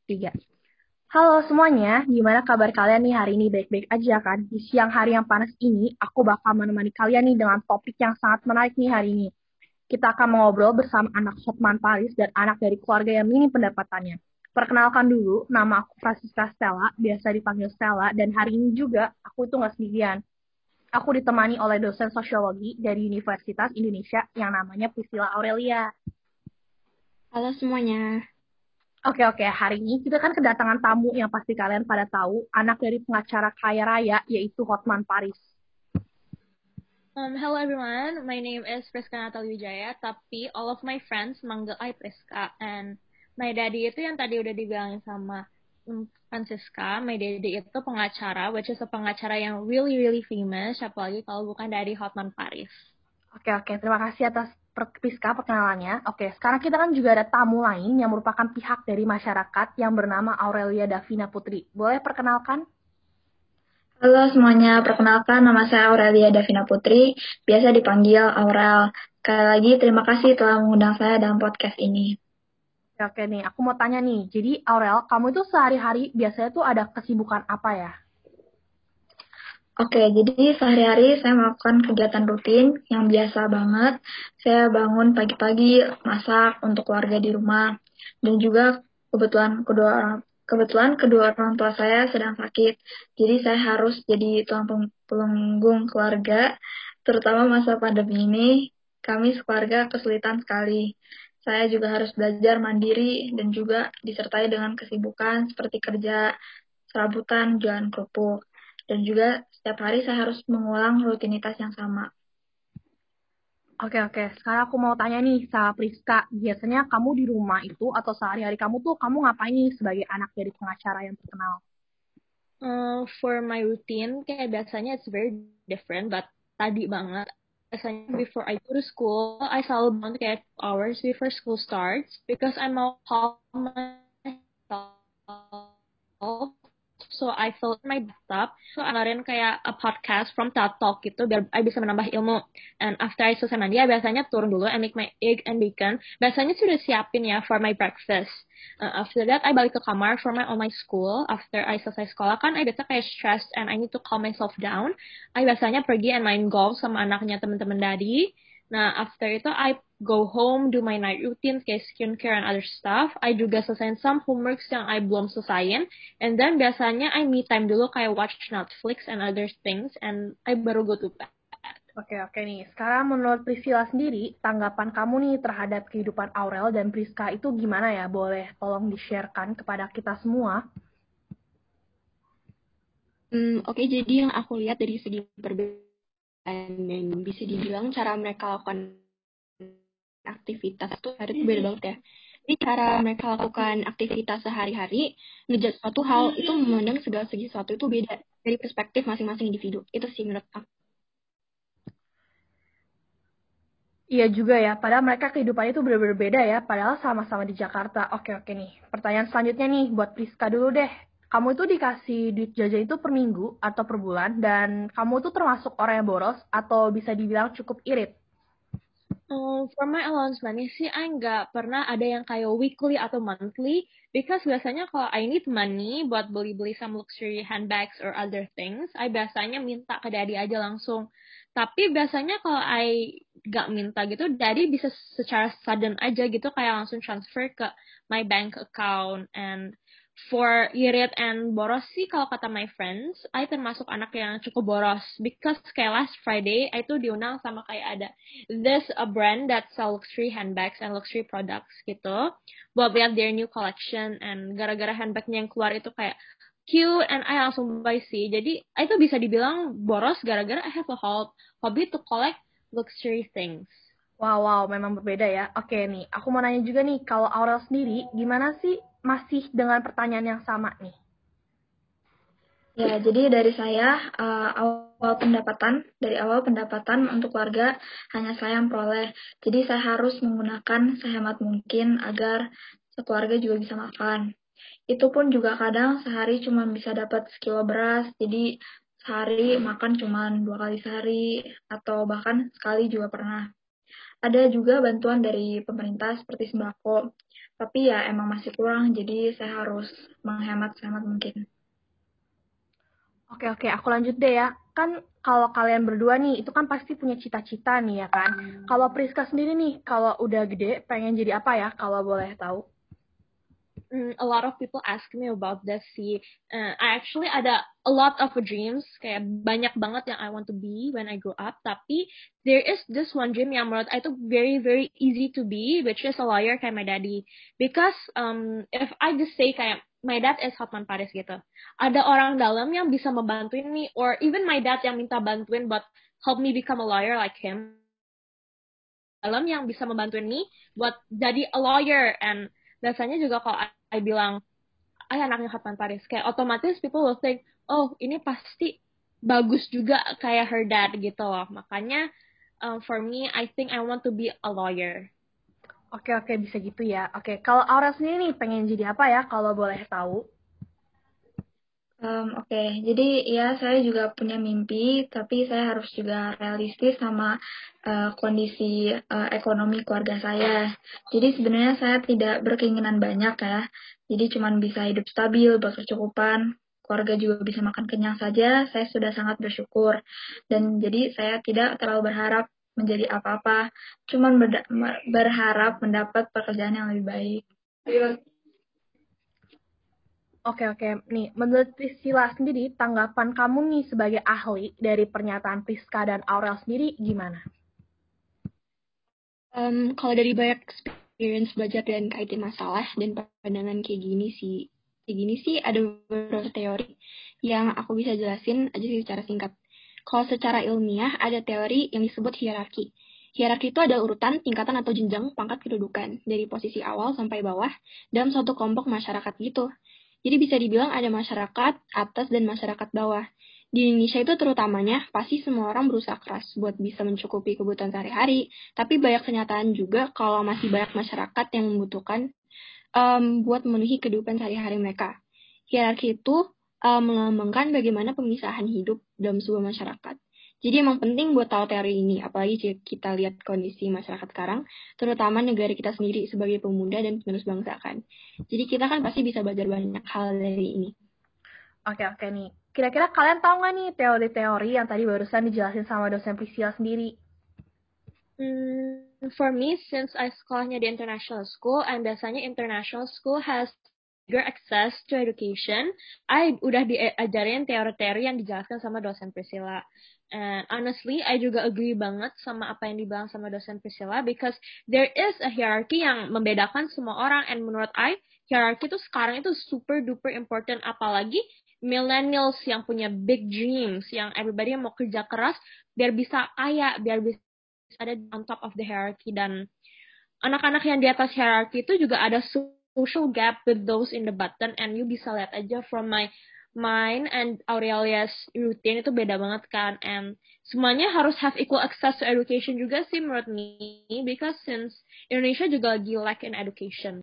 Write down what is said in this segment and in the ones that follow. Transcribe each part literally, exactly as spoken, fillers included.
Tiga. Halo semuanya, gimana kabar kalian nih hari ini? Baik-baik aja kan? Di siang hari yang panas ini, aku bakal menemani kalian nih dengan topik yang sangat menarik nih hari ini. Kita akan mengobrol bersama anak Hotman Paris dan anak dari keluarga yang minim pendapatannya. Perkenalkan dulu, nama aku Francisca Stella, biasa dipanggil Stella, dan hari ini juga aku itu nggak sendirian. Aku ditemani oleh dosen sosiologi dari Universitas Indonesia yang namanya Priscilla Aurelia. Halo semuanya. Oke, oke. Hari ini kita kan kedatangan tamu yang pasti kalian pada tahu, anak dari pengacara kaya raya, yaitu Hotman Paris. Um, hello everyone, my name is Priska Natalia Wijaya, tapi all of my friends manggil I Priska. And my daddy itu yang tadi udah dibilangin sama um, Francisca, my daddy itu pengacara, which is a pengacara yang really really famous, apalagi kalau bukan dari Hotman Paris. Oke, oke. Terima kasih atas per- Priska perkenalannya. Oke, sekarang kita kan juga ada tamu lain yang merupakan pihak dari masyarakat yang bernama Aurelia Davina Putri. Boleh perkenalkan? Halo semuanya, perkenalkan nama saya Aurelia Davina Putri, biasa dipanggil Aurel. Sekali lagi terima kasih telah mengundang saya dalam podcast ini. Oke, oke nih. Aku mau tanya nih. Jadi Aurel, kamu itu sehari-hari biasanya tuh ada kesibukan apa ya? Oke, jadi sehari-hari saya melakukan kegiatan rutin yang biasa banget. Saya bangun pagi-pagi, masak untuk keluarga di rumah, dan juga kebetulan kedua orang kebetulan kedua orang tua saya sedang sakit. Jadi saya harus jadi tulang pem- punggung keluarga, terutama masa pandemi ini. Kami sekeluarga kesulitan sekali. Saya juga harus belajar mandiri dan juga disertai dengan kesibukan seperti kerja serabutan, jualan kerupuk. Dan juga setiap hari saya harus mengulang rutinitas yang sama. Oke, oke. Sekarang aku mau tanya nih sama Priska. Biasanya kamu di rumah itu atau sehari-hari kamu tuh kamu ngapain nih sebagai anak dari pengacara yang terkenal? Uh, for my routine, kayak biasanya it's very different, but tadi banget. Biasanya before I go to school, I selalu bangun kayak two hours before school starts because I'm mau calm myself. So I fill my bathtub. So I dengerin kayak a podcast from TED Talk gitu biar I bisa menambah ilmu. And after I selesai mandi, I biasanya turun dulu and make my egg and bacon. Biasanya sudah siapin ya for my breakfast. Uh, after that, I balik ke kamar for my on my school. After I selesai sekolah kan, I biasa kayak stressed and I need to calm myself down. I biasanya pergi and main golf sama anaknya teman-teman daddy. Nah, after itu I go home, do my night routine kayak skincare and other stuff. I juga selesaiin some homeworks yang I belum selesaiin. And then biasanya I me time dulu kayak watch Netflix and other things. And I baru go to bed. Oke, oke nih. Sekarang menurut Priscilla sendiri, tanggapan kamu nih terhadap kehidupan Aurel dan Priska itu gimana ya? Boleh tolong di-sharekan kepada kita semua? Hmm, Oke, jadi yang aku lihat dari segi perbedaan dan bisa dibilang cara mereka lakukan aktivitas itu hari itu beda banget ya. Jadi cara mereka lakukan aktivitas sehari-hari, ngejudge suatu hal itu memandang segala segi sesuatu itu beda dari perspektif masing-masing individu. Itu sih menurut aku. Iya juga ya, padahal mereka kehidupannya itu benar-benar beda ya, padahal sama-sama di Jakarta. Oke, oke nih. Pertanyaan selanjutnya nih, buat Priska dulu deh. Kamu itu dikasih duit jajan itu per minggu atau per bulan, dan kamu tuh termasuk orang yang boros atau bisa dibilang cukup irit? Um, for my allowance money sih, I nggak pernah ada yang kayak weekly atau monthly, because biasanya kalau I need money buat beli-beli some luxury handbags or other things, I biasanya minta ke daddy aja langsung. Tapi biasanya kalau I nggak minta gitu, daddy bisa secara sudden aja gitu kayak langsung transfer ke my bank account. And for irit and boros sih, kalau kata my friends, I termasuk anak yang cukup boros, because kayak last Friday, I tuh diundang sama kayak ada this a brand that sell luxury handbags and luxury products gitu buat lihat their new collection, and gara-gara handbagnya yang keluar itu kayak cute and I langsung buy sih. Jadi itu bisa dibilang boros gara-gara I have a hob- hobby to collect luxury things. Wow, wow, memang berbeda ya. Oke nih, aku mau nanya juga nih, kalau Aurel sendiri, gimana sih masih dengan pertanyaan yang sama nih? Ya, jadi dari saya uh, awal pendapatan, dari awal pendapatan untuk keluarga hanya saya yang peroleh. Jadi saya harus menggunakan sehemat mungkin agar sekeluarga juga bisa makan. Itu pun juga kadang sehari cuma bisa dapat sekilo beras, jadi sehari makan cuma dua kali sehari atau bahkan sekali juga pernah. Ada juga bantuan dari pemerintah seperti sembako. Tapi ya emang masih kurang, jadi saya harus menghemat sehemat mungkin. Oke, oke, aku lanjut deh ya. Kan kalau kalian berdua nih, itu kan pasti punya cita-cita nih ya kan. Kalau Priska sendiri nih, kalau udah gede, pengen jadi apa ya, kalau boleh tahu? Mm, a lot of people ask me about this sih. Uh, I actually ada a lot of dreams, kayak banyak banget yang I want to be when I grow up. Tapi there is this one dream yang menurut I itu very very easy to be, which is a lawyer kayak my daddy. Because um, if I just say kayak my dad is Hotman Paris gitu, ada orang dalam yang bisa membantuin me, or even my dad yang minta bantuin buat help me become a lawyer like him. Dalam yang bisa membantuin me buat jadi a lawyer, and biasanya juga kalau I, I bilang ay anaknya Hotman Paris, kayak otomatis people will think, oh ini pasti bagus juga kayak her dad gitu loh. Makanya um, for me I think I want to be a lawyer. Oke, oke, bisa gitu ya. Oke, kalau Aurel sendiri nih, pengen jadi apa ya, kalau boleh tahu? Um, Oke, okay. Jadi ya saya juga punya mimpi, tapi saya harus juga realistis sama uh, kondisi uh, ekonomi keluarga saya. Jadi sebenarnya saya tidak berkeinginan banyak ya, jadi cuma bisa hidup stabil, berkecukupan, keluarga juga bisa makan kenyang saja, saya sudah sangat bersyukur. Dan jadi saya tidak terlalu berharap menjadi apa-apa, cuma berharap mendapat pekerjaan yang lebih baik. Oke, oke. Nih, menurut Priscilla sendiri, tanggapan kamu nih sebagai ahli dari pernyataan Priska dan Aurel sendiri gimana? Um, kalau dari banyak experience belajar dan kaitin masalah dan pandangan kayak gini sih, kayak gini sih ada beberapa teori yang aku bisa jelasin aja sih secara singkat. Kalau secara ilmiah ada teori yang disebut hierarki. Hierarki itu ada urutan, tingkatan atau jenjang pangkat kedudukan dari posisi awal sampai bawah dalam suatu kelompok masyarakat gitu. Jadi bisa dibilang ada masyarakat atas dan masyarakat bawah. Di Indonesia itu terutamanya pasti semua orang berusaha keras buat bisa mencukupi kebutuhan sehari-hari, tapi banyak kenyataan juga kalau masih banyak masyarakat yang membutuhkan um, buat memenuhi kehidupan sehari-hari mereka. Hierarki itu um, melambangkan bagaimana pemisahan hidup dalam sebuah masyarakat. Jadi emang penting buat tahu teori ini, apalagi jika kita lihat kondisi masyarakat sekarang, terutama negara kita sendiri sebagai pemuda dan penerus bangsa kan. Jadi kita kan pasti bisa belajar banyak hal dari ini. Oke, oke nih. Kira-kira kalian tahu nggak nih teori-teori yang tadi barusan dijelasin sama dosen Priscilla sendiri? Hmm, for me, since I sekolahnya di international school, and biasanya international school has bigger access to education, I udah diajarin teori-teori yang dijelaskan sama dosen Priscilla. And honestly, I juga agree banget sama apa yang dibilang sama dosen Priscilla, because there is a hierarchy yang membedakan semua orang, and menurut I, hierarchy itu sekarang itu super duper important, apalagi millennials yang punya big dreams, yang everybody yang mau kerja keras biar bisa kaya, biar bisa ada on top of the hierarchy, dan anak-anak yang di atas hierarchy itu juga ada social gap with those in the bottom, and you bisa lihat aja from my mine and Aurelia's routine itu beda banget kan, and semuanya harus have equal access to education juga sih menurut me, because since Indonesia juga lagi lack in education.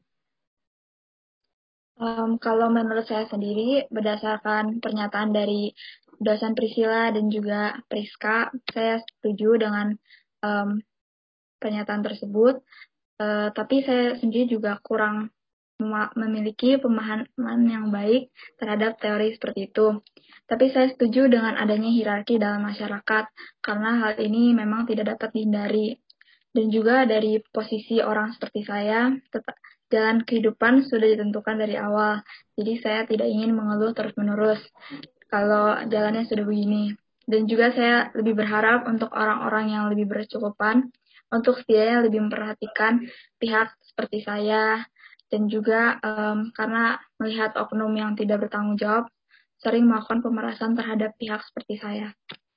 Um, kalau menurut saya sendiri, berdasarkan pernyataan dari dosen Priscilla dan juga Priska, saya setuju dengan um, pernyataan tersebut. Uh, tapi saya sendiri juga kurang memiliki pemahaman yang baik terhadap teori seperti itu. Tapi saya setuju dengan adanya hierarki dalam masyarakat, karena hal ini memang tidak dapat dihindari. Dan juga dari posisi orang seperti saya, tetap, jalan kehidupan sudah ditentukan dari awal. Jadi saya tidak ingin mengeluh terus-menerus kalau jalannya sudah begini. Dan juga saya lebih berharap untuk orang-orang yang lebih berkecukupan, untuk setidaknya lebih memperhatikan pihak seperti saya, dan juga um, karena melihat oknum yang tidak bertanggung jawab sering melakukan pemerasan terhadap pihak seperti saya.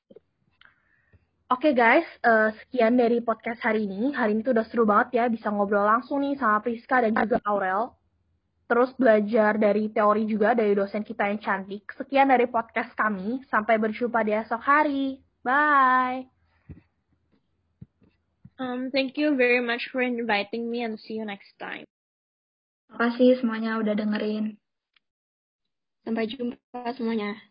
Oke guys, uh, sekian dari podcast hari ini. Hari ini tuh udah seru banget ya, bisa ngobrol langsung nih sama Priska dan juga Aurel. Terus belajar dari teori juga dari dosen kita yang cantik. Sekian dari podcast kami, sampai berjumpa di esok hari. Bye! Um, thank you very much for inviting me, and see you next time. Terima kasih semuanya udah dengerin. Sampai jumpa semuanya.